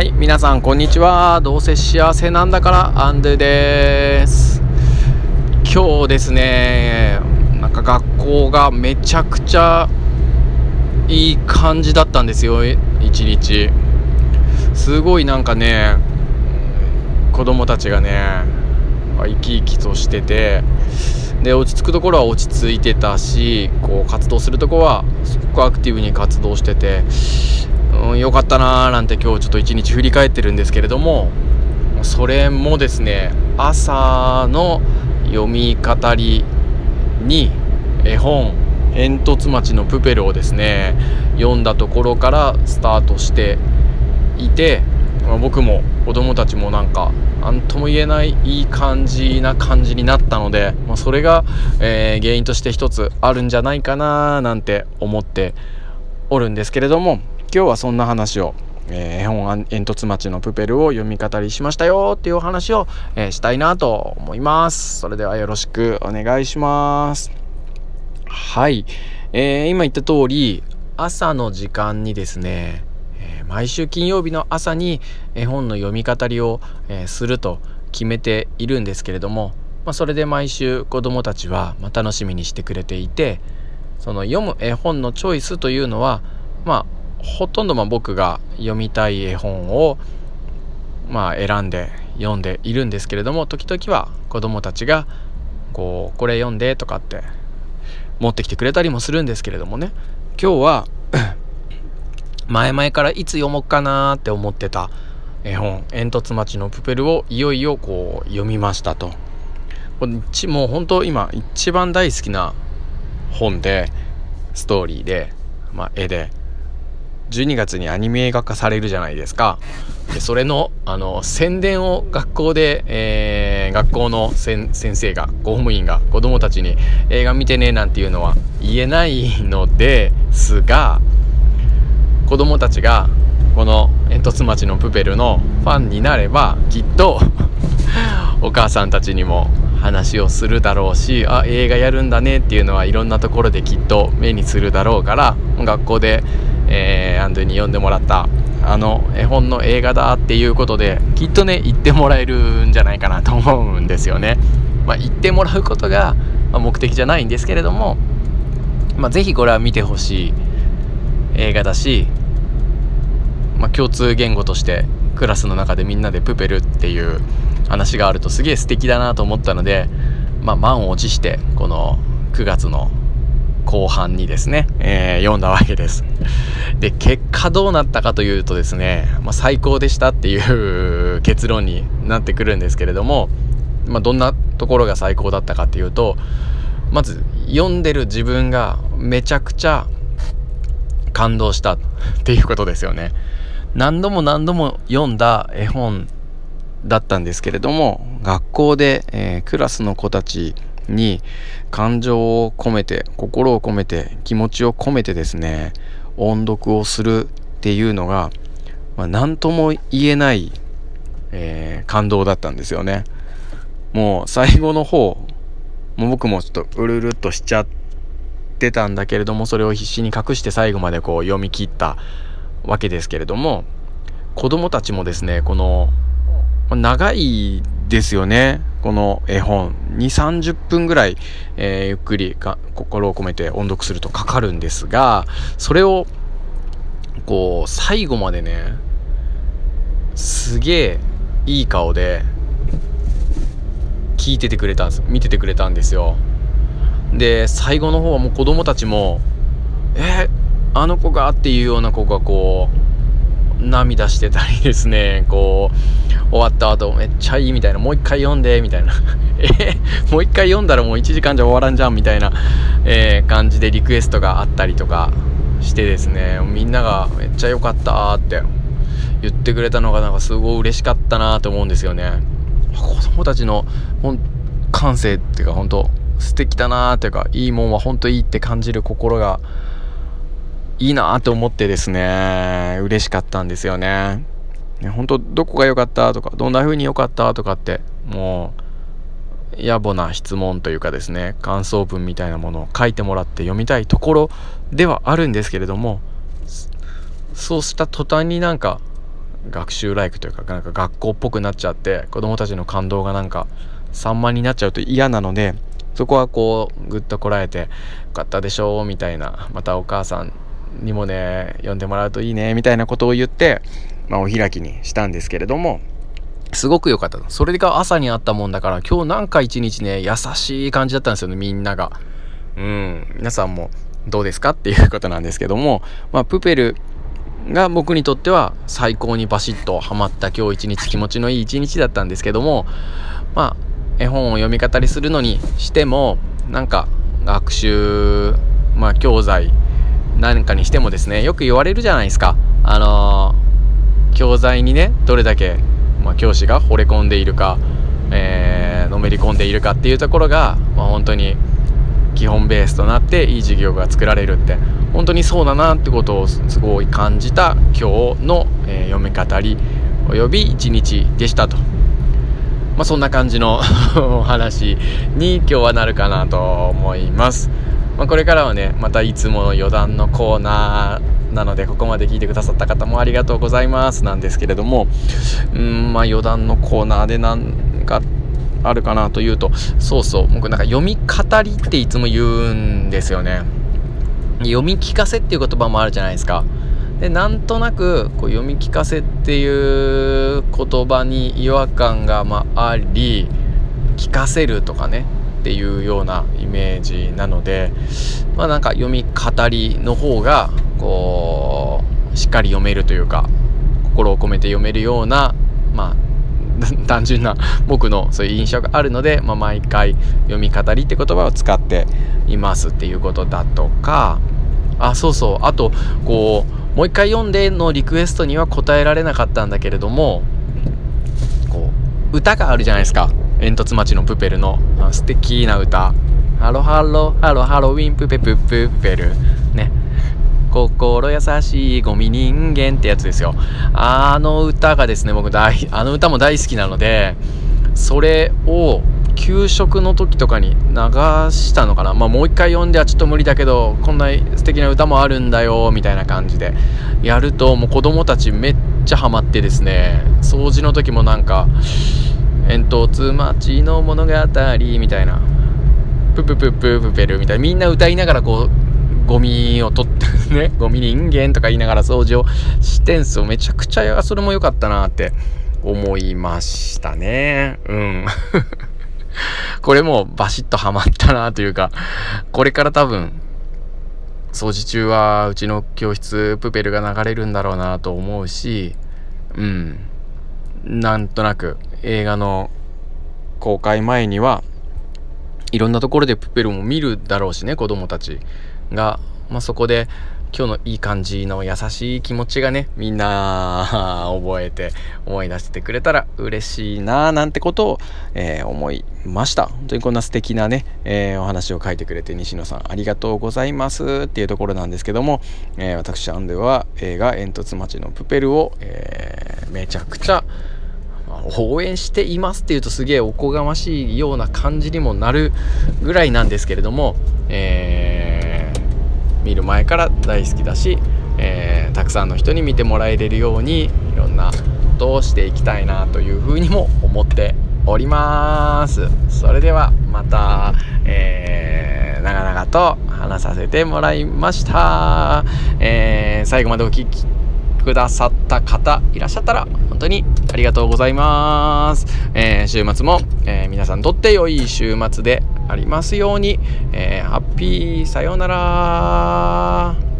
はい、皆さんこんにちは。どうせ幸せなんだからアンドゥです。今日ですね、なんか学校がめちゃくちゃいい感じだったんですよ。一日すごいなんかね、子供たちがね生き生きとしてて、で落ち着くところは落ち着いてたし、こう活動するところはすごくアクティブに活動してて、よかったなーなんて今日ちょっと一日振り返ってるんですけれども、それもですね、朝の読み語りに絵本煙突町のプペルをですね読んだところからスタートしていて、僕も子供たちもなんか何とも言えないいい感じになったので、それが、原因として一つあるんじゃないかななんて思っておるんですけれども、今日はそんな話を、絵本煙突町のプペルを読み語りしましたよっていうお話を、したいなと思います。それではよろしくお願いします。はい、今言った通り朝の時間にですね、毎週金曜日の朝に絵本の読み語りを、すると決めているんですけれども、それで毎週子どもたちは楽しみにしてくれていて、その読む絵本のチョイスというのはほとんど僕が読みたい絵本を選んで読んでいるんですけれども、時々は子どもたちがこれ読んでとかって持ってきてくれたりもするんですけれどもね、今日は前々からいつ読もうかなって思ってた絵本煙突町のプペルをいよいよ読みましたと。もう本当今一番大好きな本で、ストーリーで、絵で12月にアニメ映画化されるじゃないですか。でそれの宣伝を学校で、学校の先生が公務員が子どもたちに映画見てねなんていうのは言えないのですが、子どもたちがこの煙突町のプペルのファンになればきっとお母さんたちにも話をするだろうし、映画やるんだねっていうのはいろんなところできっと目にするだろうから、学校で、アンドゥに読んでもらった絵本の映画だっていうことできっとね言ってもらえるんじゃないかなと思うんですよね。言ってもらうことが目的じゃないんですけれども、ぜひこれは見てほしい映画だし、共通言語としてクラスの中でみんなでプペルっていう話があるとすげえ素敵だなと思ったので、満を持してこの9月の後半にですね、読んだわけです。で結果どうなったかというとですね、最高でしたっていう結論になってくるんですけれども、どんなところが最高だったかっていうと、まず読んでる自分がめちゃくちゃ感動したっていうことですよね。何度も読んだ絵本だったんですけれども、学校で、クラスの子たちに感情を込めて、心を込めて、気持ちを込めてですね音読をするっていうのが、何とも言えない、感動だったんですよね。もう最後の方、僕もちょっとうるるっとしちゃってたんだけれども、それを必死に隠して最後まで読み切ったわけですけれども、子供たちもですね、この長いですよね、この絵本 2,30 分ぐらい、ゆっくり心を込めて音読するとかかるんですが、それを最後までねすげえいい顔で見ててくれたんですよ。で最後の方はもう子供たちもあの子がっていうような子が涙してたりですね、終わった後めっちゃいいみたいな、もう一回読んでみたいなもう一回読んだらもう1時間じゃ終わらんじゃんみたいな、感じでリクエストがあったりとかしてですね、みんながめっちゃ良かったって言ってくれたのがなんかすごい嬉しかったなと思うんですよね。子供たちの感性っていうか本当素敵だなというか、いいもんは本当いいって感じる心がいいなと思ってですね嬉しかったんですよね。本当どこが良かったとか、どんな風に良かったとかって、もう野暮な質問というかですね、感想文みたいなものを書いてもらって読みたいところではあるんですけれども、そうした途端になんか学習ライクというか、なんか学校っぽくなっちゃって、子供たちの感動がなんか散漫になっちゃうと嫌なので、そこはこうぐっとこらえて、よかったでしょうみたいな、またお母さんにもね呼んでもらうといいねみたいなことを言って、お開きにしたんですけれども、すごく良かった。それが朝にあったもんだから、今日なんか一日ね優しい感じだったんですよね、みんなが。皆さんもどうですかっていうことなんですけども、プペルが僕にとっては最高にバシッとハマった今日一日、気持ちのいい一日だったんですけども、絵本を読み語りするのにしても、なんか学習教材なんかにしてもですね、よく言われるじゃないですか。教材にねどれだけ、教師が惚れ込んでいるか、のめり込んでいるかっていうところが、本当に基本ベースとなっていい授業が作られるって、本当にそうだなってことをすごい感じた今日の、読み語りおよび一日でしたと。そんな感じのお話に今日はなるかなと思います。これからはね、またいつもの余談のコーナーなので、ここまで聞いてくださった方もありがとうございますなんですけれども、余談のコーナーで何かあるかなというと、僕なんか読み語りっていつも言うんですよね。読み聞かせっていう言葉もあるじゃないですか。で、なんとなくこう読み聞かせっていう言葉に違和感があり、聞かせるとかねっていうようなイメージなので、なんか読み語りの方がこうしっかり読めるというか、心を込めて読めるような単純な僕のそういう印象があるので、毎回読み語りって言葉を使っていますっていうことだとか、あとこうもう一回読んでのリクエストには答えられなかったんだけれども、こう歌があるじゃないですか。煙突町のプペルの素敵な歌、ハロハロハロハロウィンプペププペルね、心優しいゴミ人間ってやつですよ。あの歌がですね、あの歌も大好きなので、それを給食の時とかに流したのかな。もう一回読んではちょっと無理だけど、こんな素敵な歌もあるんだよみたいな感じでやると、もう子供たちめっちゃハマってですね、掃除の時もなんか煙突町の物語みたいな、プププププペルみたいな、みんな歌いながらこうゴミを取ってね、ゴミ人間とか言いながら掃除をしてんすよ。めちゃくちゃそれも良かったなって思いましたね。これもバシッとハマったなというか、これから多分掃除中はうちの教室プペルが流れるんだろうなと思うし、なんとなく映画の公開前にはいろんなところでプペルも見るだろうしね、子供たちが、そこで今日のいい感じの優しい気持ちがね、みんな覚えて思い出してくれたら嬉しいななんてことを、思いました。本当にこんな素敵なね、お話を書いてくれて西野さんありがとうございますっていうところなんですけども、私アンデは映画煙突町のプペルを、めちゃくちゃ応援していますっていうとすげえおこがましいような感じにもなるぐらいなんですけれども、見る前から大好きだし、たくさんの人に見てもらえるようにいろんなことをしていきたいなというふうにも思っております。それではまた、長々と話させてもらいました。最後までお聞きくださった方いらっしゃったら本当にありがとうございます。週末も、皆さんにとって良い週末でありますように。ハッピーさようなら。